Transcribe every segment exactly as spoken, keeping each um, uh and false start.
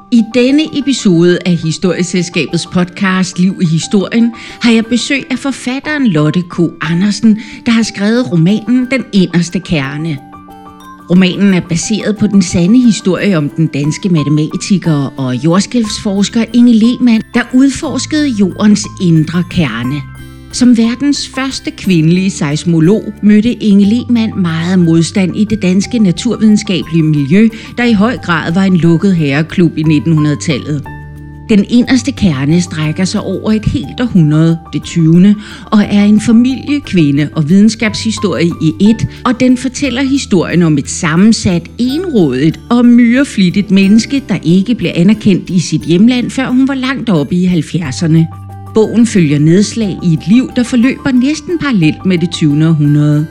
I denne episode af Historieselskabets podcast Liv i Historien har jeg besøg af forfatteren Lotte K. Andersen, der har skrevet romanen Den inderste kerne. Romanen er baseret på den sande historie om den danske matematiker og jordskælvsforsker Inge Lehmann, der udforskede jordens indre kerne. Som verdens første kvindelige seismolog mødte Inge Lehmann meget modstand i det danske naturvidenskabelige miljø, der i høj grad var en lukket herreklub i nitten hundrede-tallet. Den inderste kerne strækker sig over et helt århundrede, det tyvende, og er en familie, kvinde og videnskabshistorie i et, og den fortæller historien om et sammensat, enrådigt og myreflittigt menneske, der ikke blev anerkendt i sit hjemland, før hun var langt oppe i halvfjerdserne. Bogen følger nedslag i et liv, der forløber næsten parallelt med det tyvende århundrede.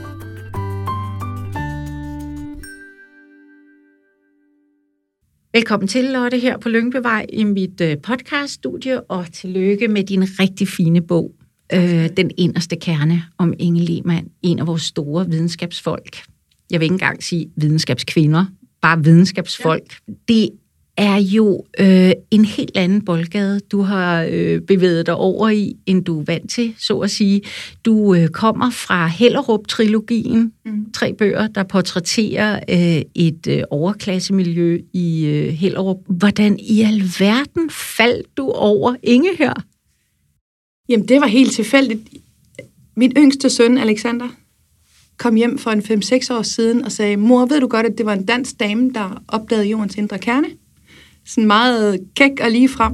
Velkommen til, Lotte, her på Lyngbevej i mit podcaststudie, og tillykke med din rigtig fine bog, øh, Den inderste kerne, om Inge Lehmann, en af vores store videnskabsfolk. Jeg vil ikke engang sige videnskabskvinder, bare videnskabsfolk. Ja. Det er jo øh, en helt anden boldgade, du har øh, bevæget dig over i, end du er vant til, så at sige. Du øh, kommer fra Hellerup-trilogien, mm. tre bøger, der portrætterer øh, et øh, overklassemiljø i øh, Hellerup. Hvordan i alverden faldt du over Inge her? Jamen, det var helt tilfældigt. Min yngste søn, Alexander, kom hjem for en fem seks år siden og sagde, mor, ved du godt, at det var en dansk dame, der opdagede jordens indre kerne? Sådan meget kæk og lige frem.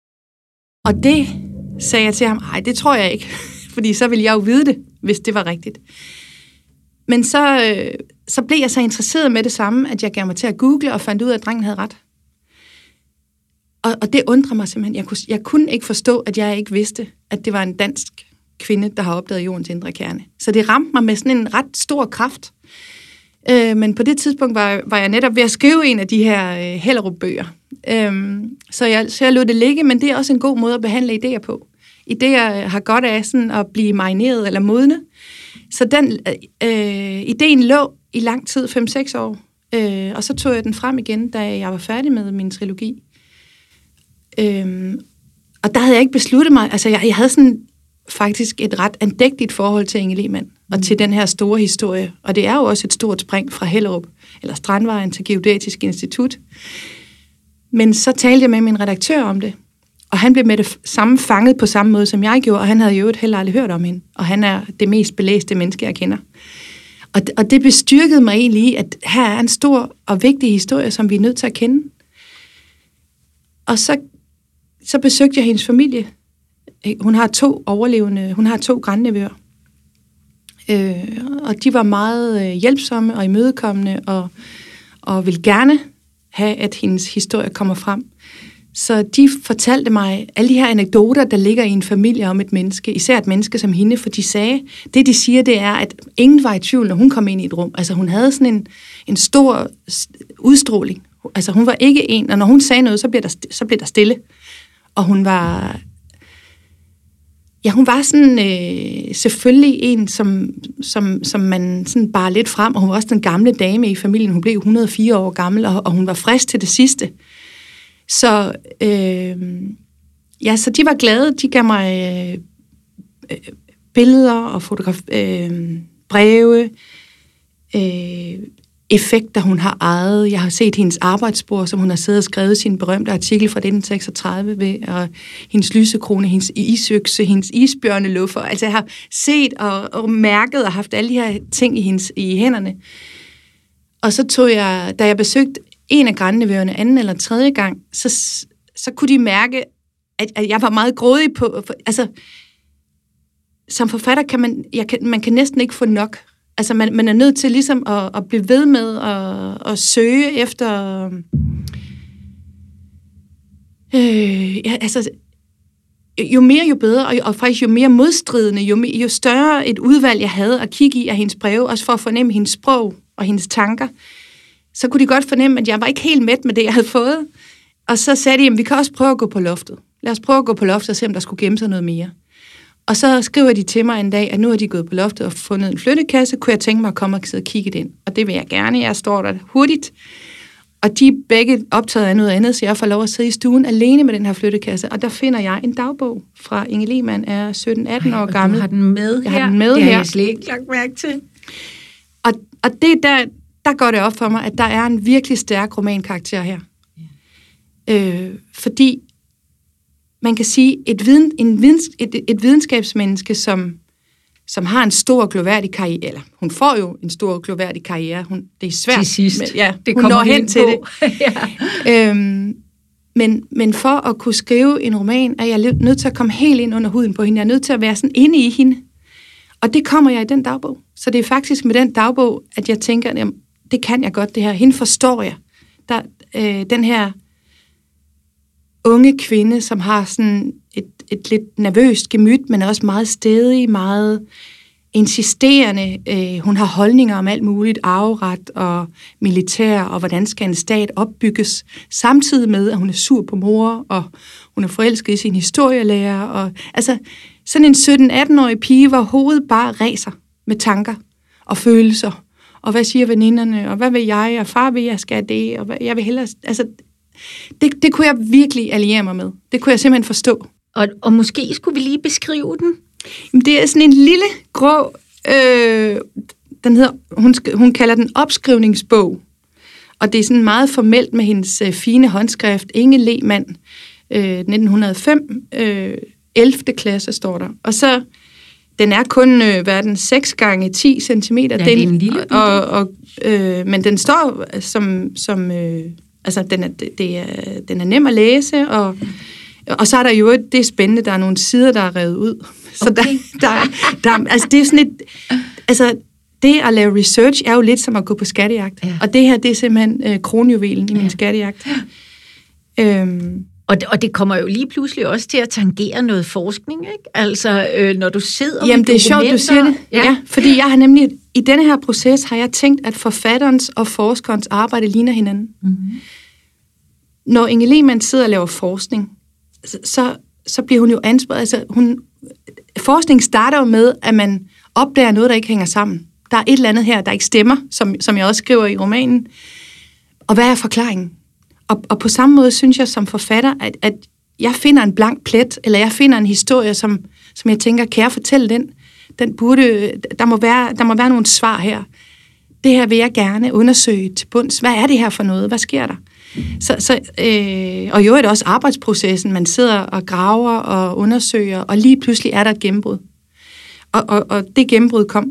Og det sagde jeg til ham, nej, det tror jeg ikke, fordi så ville jeg jo vide det, hvis det var rigtigt. Men så, øh, så blev jeg så interesseret med det samme, at jeg gav mig til at google og fandt ud af, at drengen havde ret. Og, og det undrer mig simpelthen. Jeg kunne, jeg kunne ikke forstå, at jeg ikke vidste, at det var en dansk kvinde, der har opdaget jordens indre kerne. Så det ramte mig med sådan en ret stor kraft. Øh, men på det tidspunkt var, var jeg netop ved at skrive en af de her øh, Hellerup-bøger. Øh, så, jeg, så jeg lod det ligge, men det er også en god måde at behandle idéer på. Idéer har godt af sådan at blive marineret eller modne. Så den øh, ideen lå i lang tid, fem seks år. Øh, og så tog jeg den frem igen, da jeg var færdig med min trilogi. Øh, og der havde jeg ikke besluttet mig. Altså, jeg, jeg havde sådan faktisk et ret andægtigt forhold til Inge Lehmann og mm. til den her store historie. Og det er jo også et stort spring fra Hellerup, eller Strandvejen, til Geodetisk Institut. Men så talte jeg med min redaktør om det, og han blev med det samme fanget på samme måde, som jeg gjorde, og han havde jo heller aldrig hørt om hende. Og han er det mest belæste menneske, jeg kender. Og, og det bestyrkede mig egentlig i, at her er en stor og vigtig historie, som vi er nødt til at kende. Og så, så besøgte jeg hendes familie. Hun har to overlevende, hun har to grandnevøer. Øh, og de var meget øh, hjælpsomme og imødekommende, og, og ville gerne have, at hendes historie kommer frem. Så de fortalte mig alle de her anekdoter, der ligger i en familie om et menneske, især et menneske som hende, for de sagde, det de siger, det er, at ingen var i tvivl, når hun kom ind i et rum. Altså hun havde sådan en, en stor udstråling. Altså hun var ikke en, og når hun sagde noget, så blev der, så blev der stille. Og hun var... Ja, hun var sådan øh, selvfølgelig en, som, som, som man sådan bare lidt frem, og hun var også den gamle dame i familien. Hun blev et hundrede og fire år gammel, og, og hun var frisk til det sidste. Så, øh, ja, så de var glade. De gav mig øh, billeder og fotograf- øh, breve, øh, effekter, hun har ejet. Jeg har set hendes arbejdsbord, som hun har siddet og skrevet sin berømte artikel fra nitten seksogtredive ved, og hendes lysekrone, hendes isøkse, hendes isbjørneluffer. Altså jeg har set og, og mærket og haft alle de her ting i, hendes, i hænderne. Og så tog jeg, da jeg besøgte en af grandnevøerne anden eller tredje gang, så, så kunne de mærke, at, at jeg var meget grådig på. For, altså, som forfatter kan man, jeg kan, man kan næsten ikke få nok. Altså, man, man er nødt til ligesom at, at blive ved med at, at søge efter... Øh, ja, altså, jo mere, jo bedre, og, og faktisk jo mere modstridende, jo, jo større et udvalg, jeg havde at kigge i af hendes breve, også for at fornemme hendes sprog og hendes tanker, så kunne de godt fornemme, at jeg var ikke helt mæt med det, jeg havde fået. Og så sagde de, at vi kan også prøve at gå på loftet. Lad os prøve at gå på loftet og se, om der skulle gemme sig noget mere. Og så skriver de til mig en dag, at nu har de gået på loftet og fundet en flyttekasse. Kunne jeg tænke mig at komme og sidde og kigge den? Og det vil jeg gerne. Jeg står der hurtigt. og de er begge optaget af noget andet, så jeg får lov at sidde i stuen alene med den her flyttekasse, og der finder jeg en dagbog fra Inge Lehmann, er sytten atten år gammel. Du har den med jeg her? Har den med det har her. jeg slet ikke lagt mærke til. Og, og det der, der går det op for mig, at der er en virkelig stærk romankarakter her. Ja. Øh, fordi man kan sige, et, viden, en videns, et, et videnskabsmenneske, som, som har en stor gloværdig karriere, eller hun får jo en stor gloværdig karriere, hun, det er svært. Til sidst. Men, ja, det hun kommer når hen på. til det. ja. øhm, men, men for at kunne skrive en roman, er jeg nødt til at komme helt ind under huden på hende. Jeg er nødt til at være sådan inde i hende. Og det kommer jeg i den dagbog. Så det er faktisk med den dagbog, at jeg tænker, jamen, det kan jeg godt det her. Hende forstår jeg. Der, øh, den her unge kvinde, som har sådan et, et lidt nervøst gemyt, men også meget stædig, meget insisterende. Øh, hun har holdninger om alt muligt, arveret og militær, og hvordan skal en stat opbygges, samtidig med, at hun er sur på mor, og hun er forelsket i sin historielærer. Og, altså, sådan en sytten-atten-årig pige, hvor hovedet bare ræser med tanker og følelser. Og hvad siger veninderne, og hvad vil jeg, og far vil jeg skal det, og hvad, jeg vil hellere... Altså, det, det kunne jeg virkelig alliere mig med. Det kunne jeg simpelthen forstå. Og, og måske skulle vi lige beskrive den? Det er sådan en lille, grå... Øh, den hedder, hun, hun kalder den opskrivningsbog. Og det er sådan meget formelt med hendes øh, fine håndskrift. Inge Lehmann, øh, nitten hundrede og fem, øh, ellevte klasse står der. Og så... Den er kun øh, hvad er den, seks gange ti centimeter. Ja, den, det er en lille og, og, øh, men den står som... som øh, altså, den er, det, det er, den er nem at læse, og, og så er der jo... Det er spændende, der er nogle sider, der er revet ud. Så okay. der, der, der, altså, det er sådan et... Altså, det at lave research er jo lidt som at gå på skattejagt. Ja. Og det her, det er simpelthen øh, kronjuvelen i ja. min skattejagt. Ja. Øhm, Og det, og det kommer jo lige pludselig også til at tangere noget forskning, ikke? Altså, øh, når du sidder Jamen, med det er sjovt, du siger det. Ja. ja, fordi jeg har nemlig... I denne her proces har jeg tænkt, at forfatterens og forskerens arbejde ligner hinanden. Mm-hmm. Når Inge Lehmann sidder og laver forskning, så, så bliver hun jo ansvaret. Altså, hun, forskning starter jo med, at man opdager noget, der ikke hænger sammen. Der er et eller andet her, der ikke stemmer, som, som jeg også skriver i romanen. Og hvad er forklaringen? Og, og på samme måde synes jeg som forfatter, at, at jeg finder en blank plet, eller jeg finder en historie, som, som jeg tænker, kan jeg fortælle den? Den burde, der, må være, der må være nogle svar her. Det her vil jeg gerne undersøge til bunds. Hvad er det her for noget? Hvad sker der? Så, så, øh, og jo er det også arbejdsprocessen. Man sidder og graver og undersøger, og lige pludselig er der et gennembrud. Og, og, og det gennembrud kom,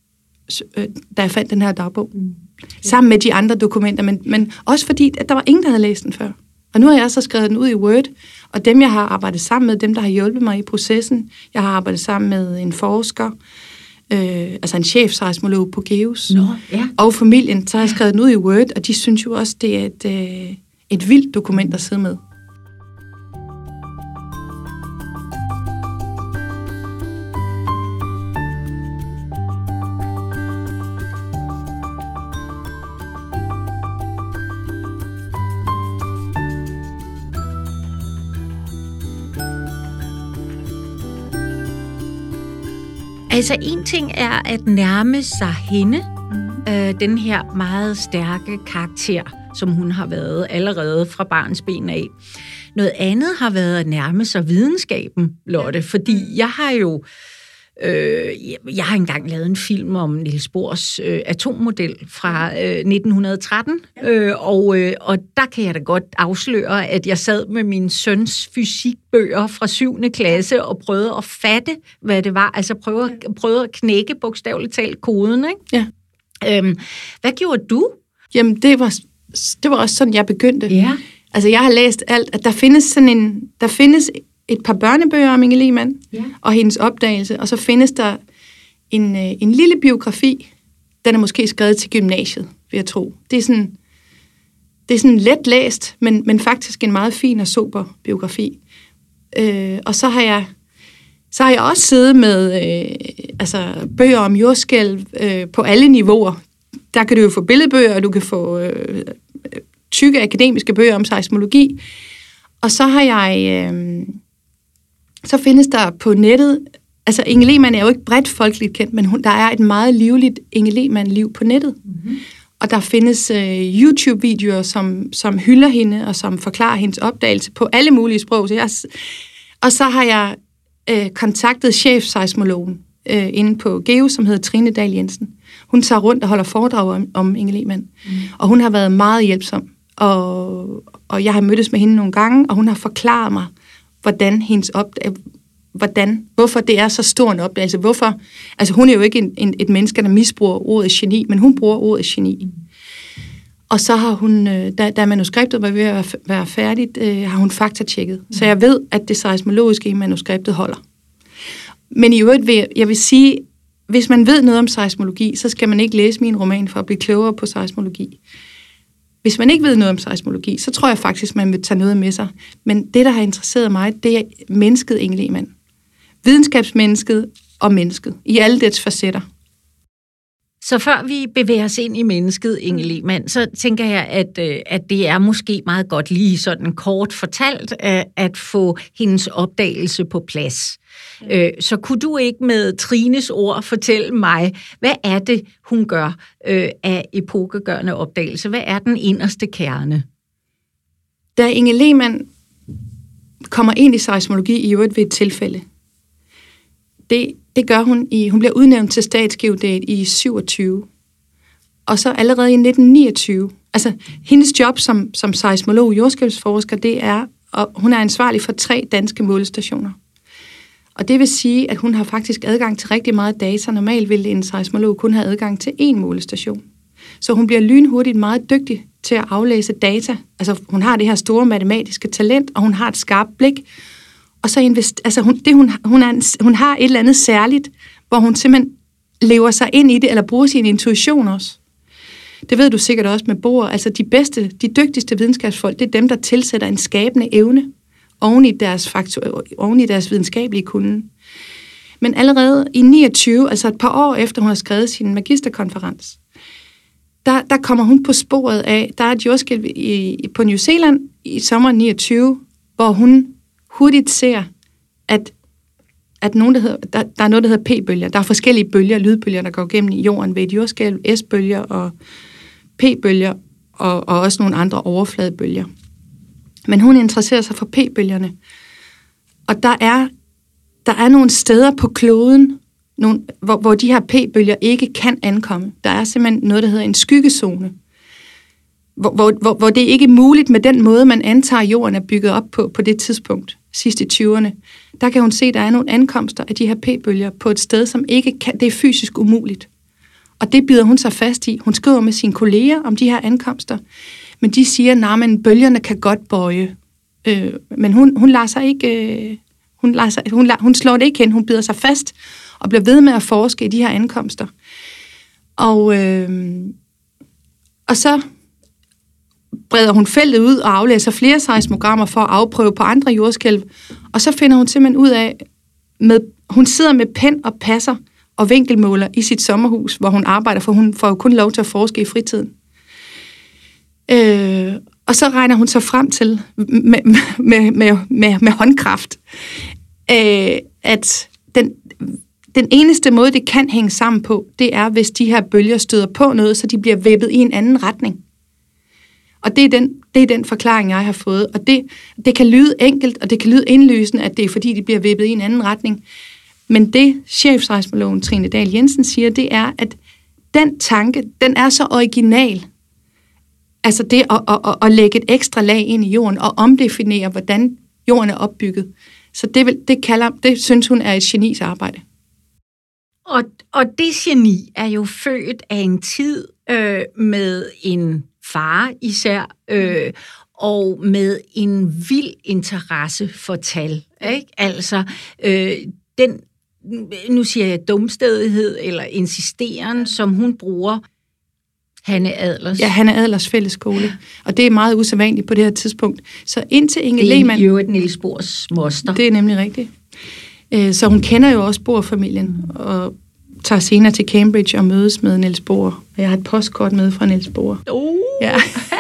øh, da jeg fandt den her dagbog. Mm. Sammen med de andre dokumenter, men, men også fordi, at der var ingen, der havde læst den før. Og nu har jeg så skrevet den ud i Word, og dem, jeg har arbejdet sammen med, dem, der har hjulpet mig i processen, jeg har arbejdet sammen med en forsker, øh, altså en chefseismolog på GEUS, Nå, ja. og familien, så har jeg skrevet den ud i Word, og de synes jo også, det er et, øh, et vildt dokument at sidde med. Altså, en ting er at nærme sig hende, øh, den her meget stærke karakter, som hun har været allerede fra barns ben af. Noget andet har været at nærme sig videnskaben, Lotte, fordi jeg har jo øh, jeg har engang lavet en film om Niels Bohrs øh, atommodel fra øh, nitten tretten, øh, og, øh, og der kan jeg da godt afsløre, at jeg sad med min søns fysikbøger fra syvende klasse og prøvede at fatte, hvad det var. Altså prøvede, prøvede at knække bogstaveligt talt koden, ikke? Ja. Øhm, hvad gjorde du? Jamen, det var, det var også sådan, jeg begyndte. Ja. Altså, jeg har læst alt, at der findes sådan en, der findes et par børnebøger om Inge Lehmann, ja, og hendes opdagelse, og så findes der en, en lille biografi, den er måske skrevet til gymnasiet, vil jeg tro. Det er sådan, det er sådan let læst, men, men faktisk en meget fin og sober biografi. Øh, og så har jeg så har jeg også siddet med øh, altså, bøger om jordskælv øh, på alle niveauer. Der kan du jo få billedbøger, og du kan få øh, tykke akademiske bøger om seismologi. Og så har jeg... Øh, så findes der på nettet... Altså, Inge Lehmann er jo ikke bredt folkeligt kendt, men hun, der er et meget livligt Inge Lehmann-liv på nettet. Mm-hmm. Og der findes øh, YouTube-videoer, som, som hylder hende, og som forklarer hendes opdagelse på alle mulige sprog. Så jeg, og så har jeg øh, kontaktet chefseismologen øh, inde på Geo, som hedder Trine Dahl Jensen. Hun tager rundt og holder foredrag om, om Inge Lehmann. Mm. Og hun har været meget hjælpsom. Og, og jeg har mødtes med hende nogle gange, og hun har forklaret mig, hvordan hendes opdagelse, hvordan, hvorfor det er så stor en opdagelse. Hvorfor, altså hun er jo ikke en, en, et menneske, der misbruger ordet geni, men hun bruger ordet geni. Mm. Og så har hun, da, da manuskriptet var ved at være færdigt, øh, har hun faktatjekket. Mm. Så jeg ved, at det seismologiske i manuskriptet holder. Men i øvrigt vil jeg, jeg vil sige, hvis man ved noget om seismologi, så skal man ikke læse min roman for at blive klogere på seismologi. Hvis man ikke ved noget om seismologi, så tror jeg faktisk, man vil tage noget med sig. Men det, der har interesseret mig, det er mennesket Inge Lehmann. Videnskabsmennesket og mennesket, i alle dets facetter. Så før vi bevæger os ind i mennesket, Inge Lehmann, så tænker jeg, at, at det er måske meget godt lige sådan kort fortalt, at få hendes opdagelse på plads. Ja. Så kunne du ikke med Trines ord fortælle mig, hvad er det, hun gør af epokegørende opdagelse? Hvad er den inderste kerne? Da Inge Lehmann kommer ind i seismologi i øvrigt ved et tilfælde, det Det gør hun i, hun bliver udnævnt til statsgeodat i syvogtyve. Og så allerede i nitten niogtyve, altså hendes job som, som seismolog, jordskælvsforsker, det er, og hun er ansvarlig for tre danske målestationer. Og det vil sige, at hun har faktisk adgang til rigtig meget data. Normalt ville en seismolog kun have adgang til én målestation. Så hun bliver lynhurtigt meget dygtig til at aflæse data. Altså hun har det her store matematiske talent, og hun har et skarpt blik. Og så invest, altså hun, det, hun, hun, er, hun har et eller andet særligt, hvor hun simpelthen lever sig ind i det, eller bruger sin intuition også. Det ved du sikkert også med Bohr. Altså de bedste, de dygtigste videnskabsfolk, det er dem, der tilsætter en skabende evne oven i deres, faktor, oven i deres videnskabelige kunde. Men allerede i niogtyve, altså et par år efter hun har skrevet sin magisterkonferens, der, der kommer hun på sporet af, der er et jordskælv i, på New Zealand i sommeren niogtyve, hvor hun hurtigt ser, at, at nogen, der, hedder, der, der er noget, der hedder P-bølger. Der er forskellige bølger, lydbølger, der går gennem jorden ved et jordskælv, S-bølger og P-bølger, og, og også nogle andre overfladebølger. Men hun interesserer sig for P-bølgerne. Og der er, der er nogle steder på kloden, nogle, hvor, hvor de her P-bølger ikke kan ankomme. Der er simpelthen noget, der hedder en skyggezone, Hvor, hvor, hvor det ikke er muligt med den måde, man antager, jorden er bygget op på på det tidspunkt, sidst i tyverne. Der kan hun se, at der er nogle ankomster af de her P-bølger på et sted, som ikke kan, det er fysisk umuligt. Og det bider hun sig fast i. Hun skriver med sine kolleger om de her ankomster, men de siger, at nah, bølgerne kan godt bøje. Øh, men hun, hun lader sig ikke, øh, hun, lader sig, hun, lader, hun slår det ikke hen, hun bider sig fast og bliver ved med at forske i de her ankomster. Og, øh, og så breder hun feltet ud og aflæser flere seismogrammer for at afprøve på andre jordskælv, og så finder hun simpelthen ud af, med, hun sidder med pen og passer og vinkelmåler i sit sommerhus, hvor hun arbejder, for hun får jo kun lov til at forske i fritiden. Øh, og så regner hun sig frem til, med, med, med, med, med håndkraft, øh, at den, den eneste måde, det kan hænge sammen på, det er, hvis de her bølger støder på noget, så de bliver vippet i en anden retning. Og det er, den, det er den forklaring, jeg har fået. Og det, det kan lyde enkelt, og det kan lyde indlysende, at det er fordi, de bliver vippet i en anden retning. Men det, chefseismologen Trine Dahl Jensen siger, det er, at den tanke, den er så original. Altså det at, at, at, at lægge et ekstra lag ind i jorden og omdefinere, hvordan jorden er opbygget. Så det, vil, det, kalder, det synes hun er et genis arbejde. Og, og det geni er jo født af en tid øh, med en far især, øh, og med en vild interesse for tal. Ikke? Altså, øh, den, nu siger jeg dumstædighed eller insisteren, som hun bruger, Hanne Adlers. Ja, Hanne Adlers fællesskole. Og det er meget usædvanligt på det her tidspunkt. Så indtil Inge Lehmann... Det er jo et Niels Bohrs moster. Det er nemlig rigtigt. Så hun kender jo også Bohr-familien, og tager senere til Cambridge og mødes med Niels Bohr. Jeg har et postkort med fra Niels Bohr. Uh. Ja.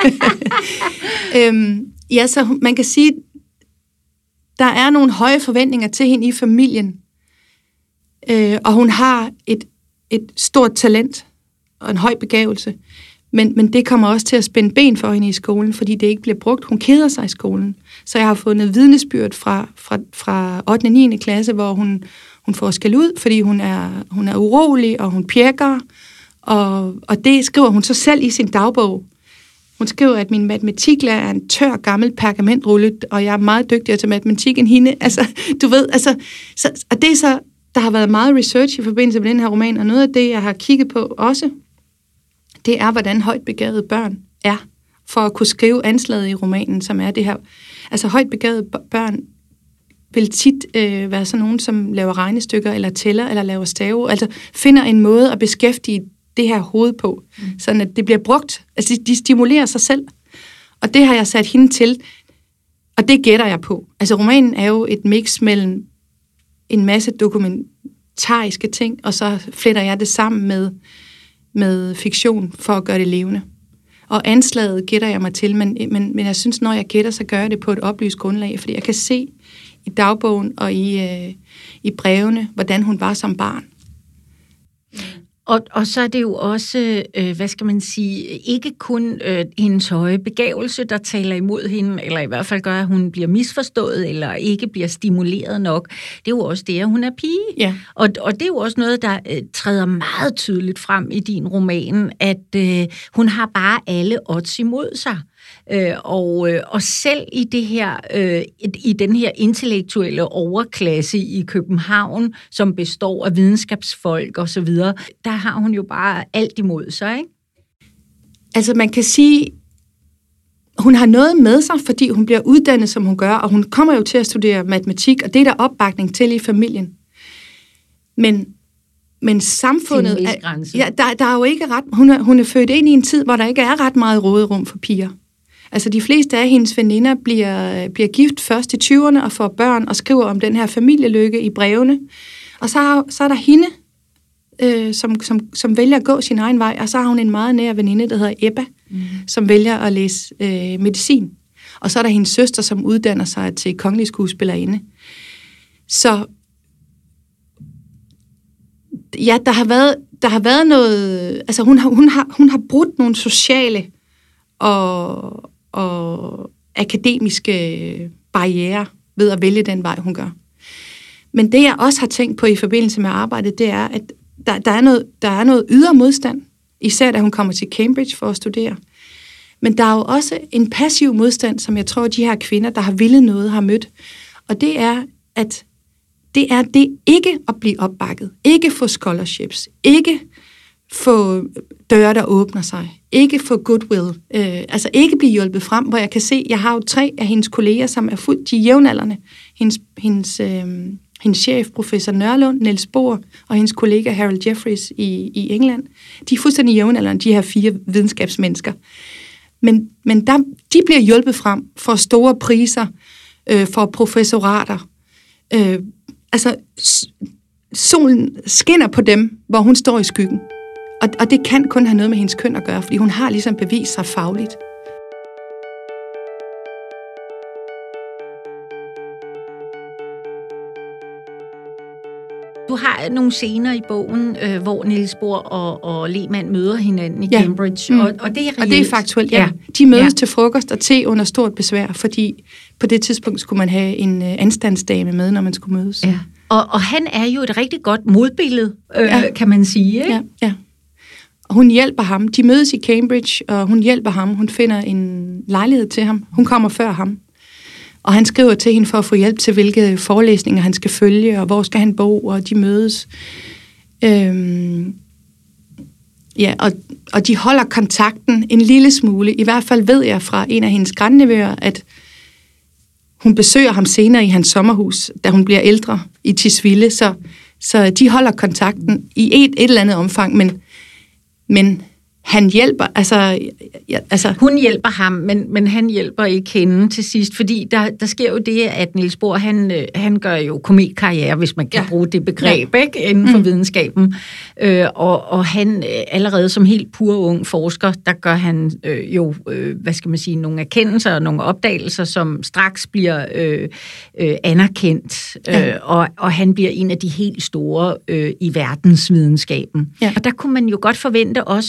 øhm, ja, så man kan sige, der er nogle høje forventninger til hende i familien, øh, og hun har et, et stort talent og en høj begavelse. Men, men det kommer også til at spænde ben for hende i skolen, fordi det ikke bliver brugt. Hun keder sig i skolen. Så jeg har fundet vidnesbyrd fra, fra, fra ottende og niende klasse, hvor hun, hun får skæld ud, fordi hun er, hun er urolig, og hun pjekker. Og, og det skriver hun så selv i sin dagbog. Hun skriver, at min matematiklærer er en tør, gammel pergamentrulle, og jeg er meget dygtigere til matematik end hende. Altså, du ved, altså... Så, og det er så... Der har været meget research i forbindelse med den her roman, og noget af det, jeg har kigget på også, det er, hvordan højt begavede børn er, for at kunne skrive anslaget i romanen, som er det her. Altså højt begavede børn vil tit øh, være sådan nogen, som laver regnestykker, eller tæller, eller laver stave, altså finder en måde at beskæftige det her hoved på, mm. sådan at det bliver brugt. Altså de, de stimulerer sig selv, og det har jeg sat hende til, og det gætter jeg på. Altså romanen er jo et mix mellem en masse dokumentariske ting, og så fletter jeg det sammen med, med fiktion for at gøre det levende. Og anslaget gætter jeg mig til, men, men, men jeg synes, når jeg gætter, så gør jeg det på et oplyst grundlag, fordi jeg kan se i dagbogen og i, øh, i brevene, hvordan hun var som barn. Og, og så er det jo også, øh, hvad skal man sige, ikke kun øh, hendes høje begavelse, der taler imod hende, eller i hvert fald gør, at hun bliver misforstået, eller ikke bliver stimuleret nok. Det er jo også det, at hun er pige. Ja. Og, og det er jo også noget, der øh, træder meget tydeligt frem i din roman, at øh, hun har bare alle odds imod sig. Øh, og, øh, og selv i det her, øh, i den her intellektuelle overklasse i København, som består af videnskabsfolk og så videre, der har hun jo bare alt imod sig, ikke? Altså man kan sige, hun har noget med sig, fordi hun bliver uddannet, som hun gør, og hun kommer jo til at studere matematik, og det er der opbakning til i familien. Men men samfundet, ja, der, der er jo ikke ret, hun er, hun er født ind i en tid, hvor der ikke er ret meget råderum for piger. Altså de fleste af hendes veninder bliver, bliver gift først i tyverne og får børn og skriver om den her familielykke i brevene. Og så, har, så er der hende, øh, som, som, som vælger at gå sin egen vej, og så har hun en meget nær veninde, der hedder Ebba, mm. som vælger at læse øh, medicin. Og så er der hendes søster, som uddanner sig til kongelig skuespillerinde. Så ja, der har været, der har været noget... Altså hun har, hun har, hun har brudt nogle sociale og, og akademiske barrierer ved at vælge den vej, hun gør. Men det, jeg også har tænkt på i forbindelse med arbejdet, det er, at der, der, er, noget, der er noget ydre modstand, især da hun kommer til Cambridge for at studere. Men der er jo også en passiv modstand, som jeg tror, de her kvinder, der har villet noget, har mødt. Og det er, at det er det ikke at blive opbakket, ikke få scholarships, ikke få døre, der åbner sig, ikke få goodwill, øh, altså ikke blive hjulpet frem, hvor jeg kan se, jeg har jo tre af hendes kolleger, som er fuldt de jævnaldrende. Hendes, hendes, øh, hendes chef, professor Nørlund, Niels Bohr, og hendes kollega Harold Jeffries i, i England. De er fuldstændig jævnaldrende, de her fire videnskabsmennesker. Men, men der, de bliver hjulpet frem for store priser, øh, for professorater. Øh, altså, solen skinner på dem, hvor hun står i skyggen. Og, og det kan kun have noget med hendes køn at gøre, fordi hun har ligesom bevist sig fagligt. Du har nogle scener i bogen, øh, hvor Niels Bohr og, og Lehmann møder hinanden i ja. Cambridge, mm. og, og det er reelt. Og det er faktuelt, ja. ja. De mødes ja. til frokost og te under stort besvær, fordi på det tidspunkt skulle man have en øh, anstandsdame med, når man skulle mødes. Ja. Og, og han er jo et rigtig godt modbillede, øh, ja. kan man sige, ikke? Ja, ja. Og hun hjælper ham. De mødes i Cambridge, og hun hjælper ham. Hun finder en lejlighed til ham. Hun kommer før ham. Og han skriver til hende for at få hjælp til, hvilke forelæsninger han skal følge, og hvor skal han bo, og de mødes. Øhm, ja, og, og de holder kontakten en lille smule. I hvert fald ved jeg fra en af hendes grandnevøer, at hun besøger ham senere i hans sommerhus, da hun bliver ældre i Tisvilde, så, så de holder kontakten i et, et eller andet omfang, men, men han hjælper, altså... Ja, altså hun hjælper ham, men, men han hjælper ikke hende til sidst, fordi der, der sker jo det, at Niels Bohr, han, han gør jo komikkarriere, hvis man kan ja. bruge det begreb, ja. ikke, inden for mm. videnskaben. Øh, og, og han allerede som helt pur ung forsker, der gør han øh, jo, øh, hvad skal man sige, nogle erkendelser og nogle opdagelser, som straks bliver øh, øh, anerkendt, ja. øh, og, og han bliver en af de helt store øh, i verdensvidenskaben. Ja. Og der kunne man jo godt forvente også, øh,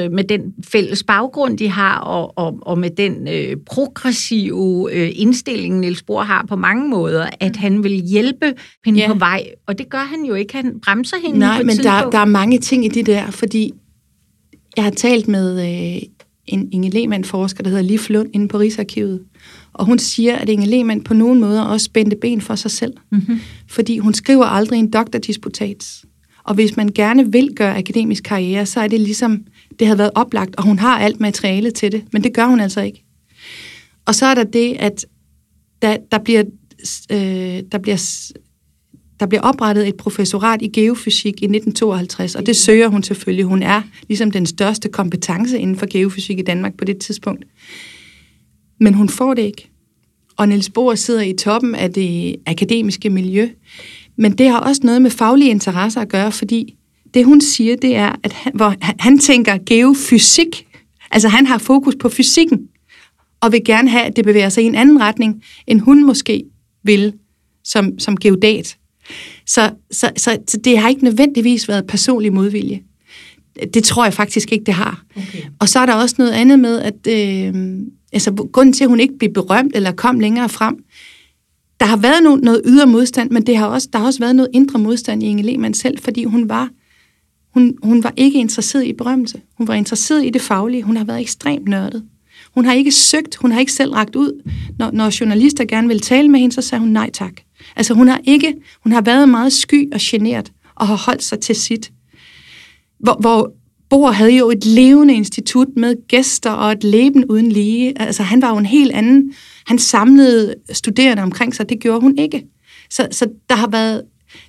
øh, med den fælles baggrund, de har, og, og, og med den øh, progressive øh, indstilling, Niels Bohr har på mange måder, at han vil hjælpe hende ja. på vej. Og det gør han jo ikke. Han bremser hende Nej, på men tidspunkt. der, der er mange ting i det der, fordi jeg har talt med øh, en Inge Lehmann-forsker, der hedder Liv Lund, inde på Rigsarkivet. Og hun siger, at Inge Lehmann på nogen måder også spændte ben for sig selv. Mm-hmm. Fordi hun skriver aldrig en doktordisputats. Og hvis man gerne vil gøre akademisk karriere, så er det ligesom, det havde været oplagt, og hun har alt materialet til det, men det gør hun altså ikke. Og så er der det, at der, der, bliver, øh, der, bliver, der bliver oprettet et professorat i geofysik i nitten tooghalvtreds, og det søger hun selvfølgelig. Hun er ligesom den største kompetence inden for geofysik i Danmark på det tidspunkt. Men hun får det ikke. Og Niels Bohr sidder i toppen af det akademiske miljø. Men det har også noget med faglige interesser at gøre, fordi det, hun siger, det er, at han, hvor han tænker geofysik. Altså, han har fokus på fysikken, og vil gerne have, at det bevæger sig i en anden retning, end hun måske vil som, som geodat. Så, så, så, så det har ikke nødvendigvis været personlig modvilje. Det tror jeg faktisk ikke, det har. Okay. Og så er der også noget andet med, at øh, altså, grunden til, at hun ikke blev berømt eller kom længere frem, der har været noget, noget ydre modstand, men det har også, der har også været noget indre modstand i Inge Lehmann selv, fordi hun var, hun, hun var ikke interesseret i berømmelse. Hun var interesseret i det faglige. Hun har været ekstremt nørdet. Hun har ikke søgt, hun har ikke selv rakt ud. Når, når journalister gerne vil tale med hende, så sagde hun nej tak. Altså hun har ikke, hun har været meget sky og genert og har holdt sig til sit. Hvor, hvor Bohr havde jo et levende institut med gæster og et leben uden lige. Altså han var jo en helt anden. Han samlede studerende omkring sig, det gjorde hun ikke. Så, så der har været,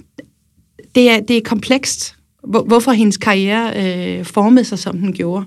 det er, det er komplekst, hvor, hvorfor hendes karriere øh, formede sig, som den gjorde.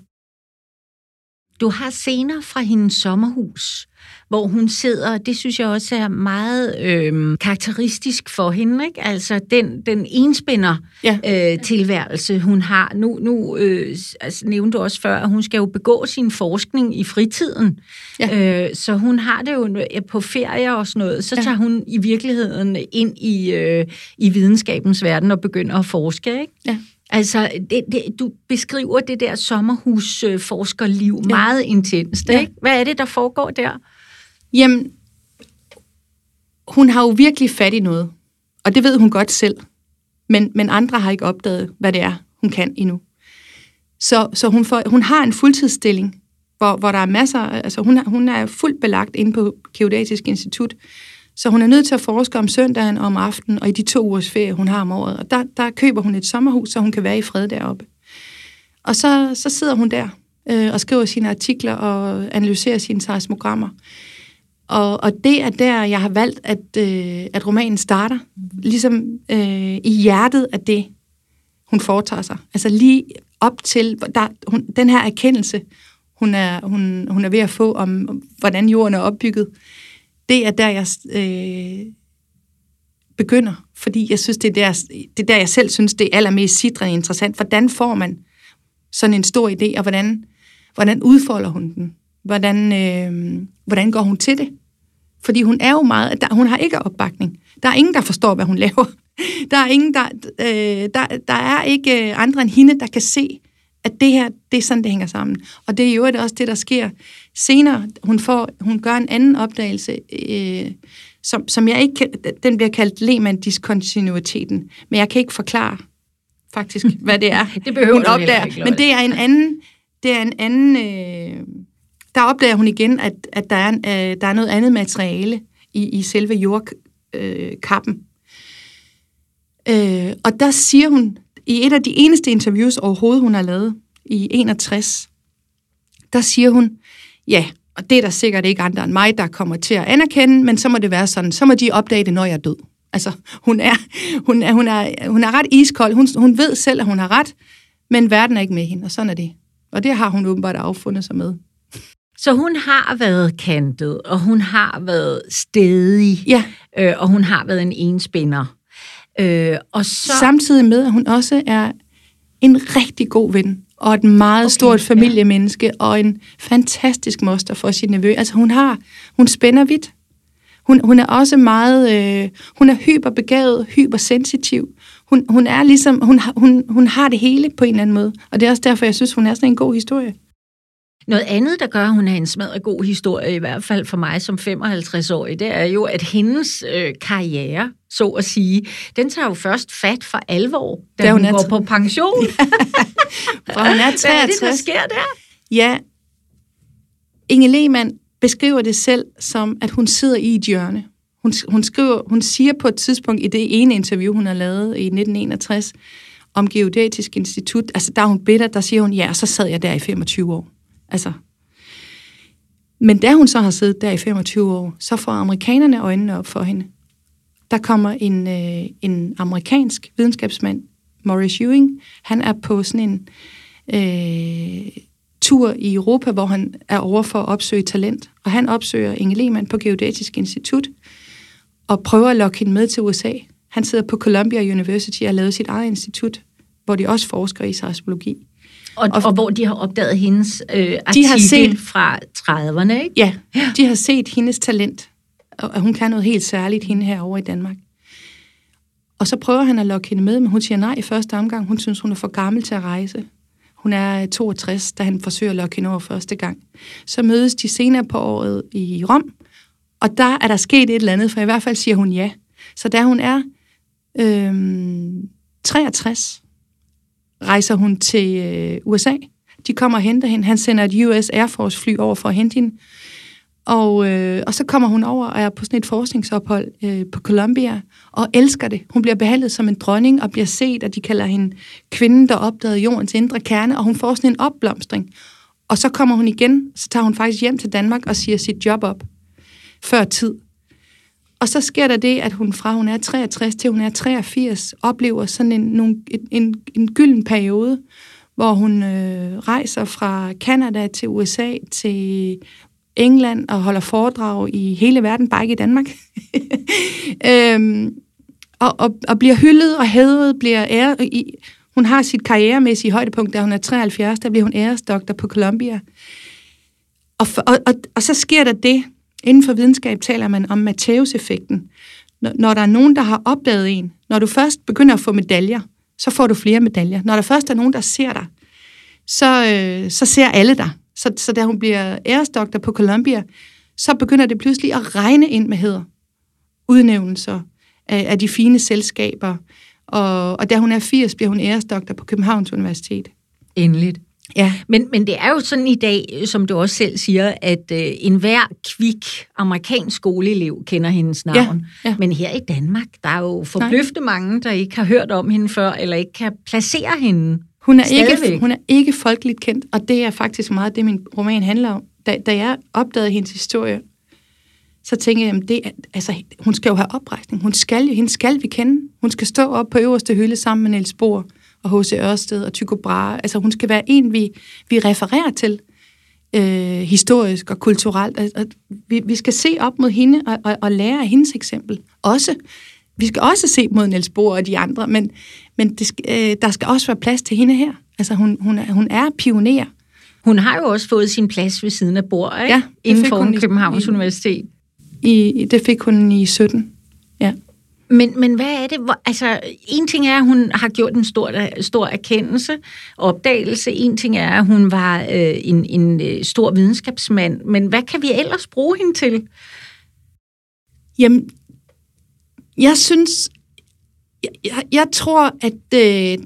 Du har scener fra hendes sommerhus, hvor hun sidder, det synes jeg også er meget øh, karakteristisk for hende, ikke? Altså den, den enspænder ja. øh, tilværelse, hun har. Nu, nu øh, altså, nævnte du også før, at hun skal jo begå sin forskning i fritiden. Ja. Øh, så hun har det jo på ferie og sådan noget. Så tager ja. hun i virkeligheden ind i, øh, i videnskabens verden og begynder at forske, ikke? Ja. Altså, det, det, du beskriver det der sommerhusforskerliv ja. meget intenst, ikke? Ja. Hvad er det, der foregår der? Jamen, hun har jo virkelig fat i noget, og det ved hun godt selv, men, men andre har ikke opdaget, hvad det er, hun kan endnu. Så, så hun, får, hun har en fuldtidsstilling, hvor, hvor der er masser, altså hun er, hun er fuldt belagt inde på Geodatisk Institut, så hun er nødt til at forske om søndagen og om aftenen, og i de to ugers ferie, hun har om året. Og der, der køber hun et sommerhus, så hun kan være i fred deroppe. Og så, så sidder hun der øh, og skriver sine artikler og analyserer sine seismogrammer. Og, og det er der, jeg har valgt, at, øh, at romanen starter. Ligesom øh, i hjertet af det, hun foretager sig. Altså lige op til der, hun, den her erkendelse, hun er, hun, hun er ved at få om, hvordan jorden er opbygget. Det er der, jeg øh, begynder, fordi jeg synes, det er, der, det er der, jeg selv synes, det er allermest sidrende interessant. Hvordan får man sådan en stor idé, og hvordan, hvordan udfolder hun den? Hvordan, øh, hvordan går hun til det? Fordi hun er jo meget, der, hun har ikke opbakning. Der er ingen, der forstår, hvad hun laver. Der er ingen, der, øh, der, der er ikke andre end hende, der kan se, at det her, det er sådan, det hænger sammen. Og det er jo også det, der sker senere. Hun, får, hun gør en anden opdagelse, øh, som, som jeg ikke kan, den bliver kaldt Lehmann-diskontinuiteten, men jeg kan ikke forklare faktisk, hvad det er, det behøver hun opdager. Ikke, men det er en anden, det er en anden, øh, der opdager hun igen, at, at der, er, øh, der er noget andet materiale i, i selve jordkappen. Øh, og der siger hun, i et af de eneste interviews overhovedet, hun har lavet i enogtres, der siger hun, ja, og det er der sikkert ikke andre end mig, der kommer til at anerkende, men så må det være sådan, så må de opdage det, når jeg er død. Altså, hun er, hun er, hun er, hun er ret iskold, hun, hun ved selv, at hun har ret, men verden er ikke med hende, og sådan er det. Og det har hun åbenbart affundet sig med. Så hun har været kantet, og hun har været stædig, ja. øh, og hun har været en enspænder. Øh, og så... Samtidig med, at hun også er en rigtig god ven, og et meget okay, stort familiemenneske, ja. Og en fantastisk moster for sin nevø. Altså hun har, hun spænder vidt. Hun, hun er også meget, øh, hun er hyperbegavet, hypersensitiv. hun, hun er ligesom, hun, hun, hun har det hele på en eller anden måde. Og det er også derfor, jeg synes, hun er sådan en god historie. Noget andet, der gør, at hun er en smadret god historie, i hvert fald for mig som femoghalvtreds-årig, det er jo, at hendes øh, karriere, så at sige, den tager jo først fat for alvor, da, da hun, hun går på pension. For hun er treogtres. Hvad er det, der sker der? Ja, Inge Lehmann beskriver det selv som, at hun sidder i et hjørne. Hun, hun, skriver, hun siger på et tidspunkt i det ene interview, hun har lavet i nitten enogtres, om Geodetisk Institut, altså der er hun bitter, der siger hun, ja, og så sad jeg der i femogtyve år. Altså. Men da hun så har siddet der i femogtyve år, så får amerikanerne øjnene op for hende. Der kommer en, øh, en amerikansk videnskabsmand, Maurice Ewing. Han er på sådan en øh, tur i Europa, hvor han er over for at opsøge talent. Og han opsøger Inge Lehmann på Geodetisk Institut og prøver at lokke hende med til U S A. Han sidder på Columbia University og har lavet sit eget institut, hvor de også forsker i seismologi. Og, og, og hvor de har opdaget hendes øh, artikel har set, fra trediverne, ikke? Ja, ja, de har set hendes talent, og hun kan noget helt særligt, hende herovre i Danmark. Og så prøver han at lokke hende med, men hun siger nej i første omgang. Hun synes, hun er for gammel til at rejse. Hun er toogtres, da han forsøger at lokke hende over første gang. Så mødes de senere på året i Rom, og der er der sket et eller andet, for i hvert fald siger hun ja. Så da hun er øhm, treogtres, rejser hun til øh, U S A. De kommer og henter hende. Han sender et U S Air Force fly over for at hente hende. Og, øh, og så kommer hun over og er på sådan et forskningsophold øh, på Columbia, og elsker det. Hun bliver behandlet som en dronning og bliver set, og de kalder hende kvinden, der opdagede jordens indre kerne, og hun får sådan en opblomstring. Og så kommer hun igen, så tager hun faktisk hjem til Danmark og siger sit job op før tid. Og så sker der det, at hun fra hun er treogtres til hun er treogfirs, oplever sådan en, en, en, en gylden periode, hvor hun øh, rejser fra Canada til U S A til England og holder foredrag i hele verden, bare ikke i Danmark. øhm, og, og, og bliver hyldet og hædret, bliver ære, i, hun har sit karrieremæssige højdepunkt, da hun er treoghalvfjerds, der bliver hun æresdoktor på Columbia. Og, for, og, og, og så sker der det, inden for videnskab taler man om Matthæus-effekten. Når, når der er nogen, der har opdaget en, når du først begynder at få medaljer, så får du flere medaljer. Når der først er nogen, der ser dig, så, øh, så ser alle dig. Så, så da hun bliver æresdoktor på Columbia, så begynder det pludselig at regne ind med hæder. Udnævnelser af, af de fine selskaber. Og, og da hun er firs, bliver hun æresdoktor på Københavns Universitet. Endeligt. Ja. Men, men det er jo sådan i dag, som du også selv siger, at øh, enhver kvik amerikansk skoleelev kender hendes navn. Ja, ja. Men her i Danmark, der er jo forbløffende mange, der ikke har hørt om hende før, eller ikke kan placere hende. Hun er, ikke, hun er ikke folkeligt kendt, og det er faktisk meget det, min roman handler om. Da, da jeg opdagede hendes historie, så tænkte jeg, at det, altså, hun skal jo have oprejsning. Hun skal jo, hende skal vi kende. Hun skal stå op på øverste hylde sammen med Niels Bohr og H C Ørsted og Tycho Brahe. Altså, hun skal være en, vi, vi refererer til øh, historisk og kulturelt. Altså, vi, vi skal se op mod hende og, og, og lære af hendes eksempel. Også, vi skal også se mod Niels Bohr og de andre, men, men det skal, øh, der skal også være plads til hende her. Altså, hun, hun, er, hun er pioner. Hun har jo også fået sin plads ved siden af Bohr, ikke? Ja, inden for Københavns i, Universitet. I, det fik hun i sytten, ja. Men, men hvad er det? Hvor, altså, en ting er, at hun har gjort en stor, stor erkendelse og opdagelse. En ting er, at hun var øh, en, en stor videnskabsmand. Men hvad kan vi ellers bruge hende til? Jamen, jeg synes... Jeg, jeg, jeg tror, at øh,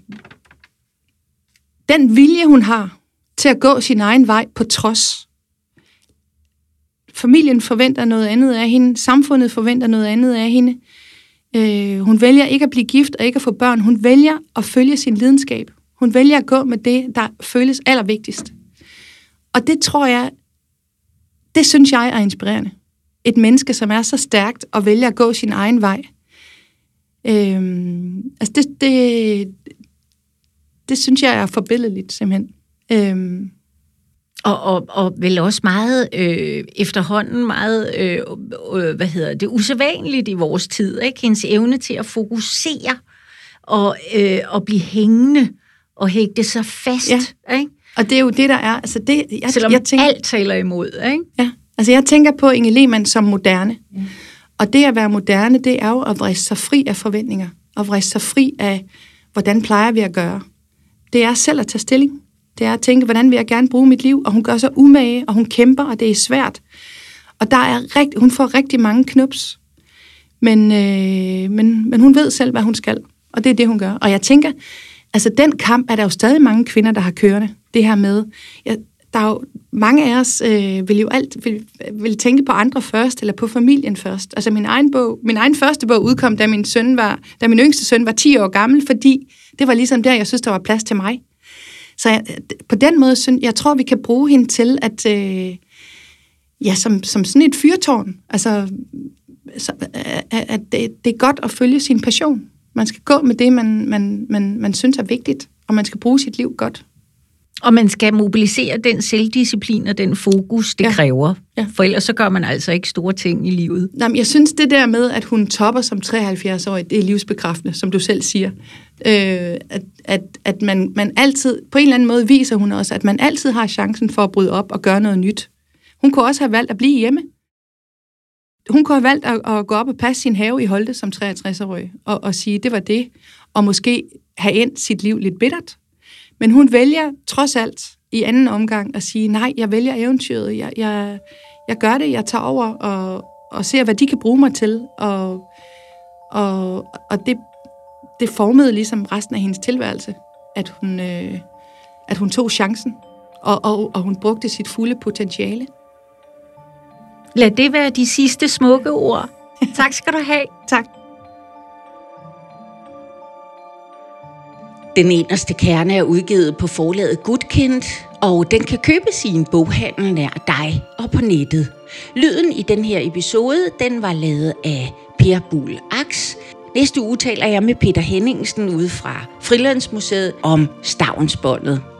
den vilje, hun har til at gå sin egen vej på trods. Familien forventer noget andet af hende. Samfundet forventer noget andet af hende. Øh, hun vælger ikke at blive gift og ikke at få børn. Hun vælger at følge sin lidenskab. Hun vælger at gå med det, der føles allervigtigst. Og det tror jeg, det synes jeg er inspirerende. Et menneske, som er så stærkt og vælger at gå sin egen vej. Øh, altså det, det, det synes jeg er forbilledeligt, simpelthen. Øh, Og, og, og vel også meget øh, efterhånden meget, øh, øh, hvad hedder det, usædvanligt i vores tid, ikke? Hendes evne til at fokusere og, øh, og blive hængende og hægte sig fast, ja. Ikke? Og det er jo det, der er... Altså det, jeg, Selvom jeg tænker, alt taler imod, ikke? Ja, altså jeg tænker på Inge Lehmann som moderne. Ja. Og det at være moderne, det er jo at vriste sig fri af forventninger. at vriste sig fri af, hvordan plejer vi at gøre. Det er selv at tage stilling. Det er at tænke, hvordan vil jeg gerne bruge mit liv, og hun gør sig umage, og hun kæmper, og det er svært. Og der er rigt, hun får rigtig mange knups. Men, øh, men, men hun ved selv, hvad hun skal, og det er det, hun gør. Og jeg tænker, altså den kamp er der jo stadig mange kvinder, der har kørende. Det her med, ja, der er jo mange af os øh, vil jo alt vil, vil tænke på andre først, eller på familien først. Altså min egen bog, min egen første bog udkom, da min søn var, da min yngste søn var ti år gammel, fordi det var ligesom der, jeg synes, der var plads til mig. Så jeg, på den måde, jeg tror, vi kan bruge hende til, at øh, ja, som, som sådan et fyrtårn, altså, så, at det, det er godt at følge sin passion. Man skal gå med det, man, man, man, man synes er vigtigt, og man skal bruge sit liv godt. Og man skal mobilisere den selvdisciplin og den fokus, det ja. kræver. Ja. For ellers så gør man altså ikke store ting i livet. Jamen, jeg synes det der med, at hun topper som treoghalvfjerds-årig, det er livsbekræftende, som du selv siger. Øh, at at, at man, man altid, på en eller anden måde viser hun også, at man altid har chancen for at bryde op og gøre noget nyt. Hun kunne også have valgt at blive hjemme. Hun kunne have valgt at, at gå op og passe sin have i Holte som treogtres-årig, og, og sige, det var det, og måske have endt sit liv lidt bittert. Men hun vælger trods alt i anden omgang at sige, nej, jeg vælger eventyret, jeg, jeg, jeg gør det, jeg tager over og, og ser, hvad de kan bruge mig til. Og, og, og det, det formede ligesom resten af hendes tilværelse, at hun, øh, at hun tog chancen, og, og, og hun brugte sit fulde potentiale. Lad det være de sidste smukke ord. Tak skal du have. Tak. Den eneste kerne er udgivet på forlaget Gudkind, og den kan købes i en boghandel nær dig og på nettet. Lyden i den her episode, den var lavet af Per Buhl Aks. Næste uge taler jeg med Peter Henningsen ude fra Frilandsmuseet om Stavnsbåndet.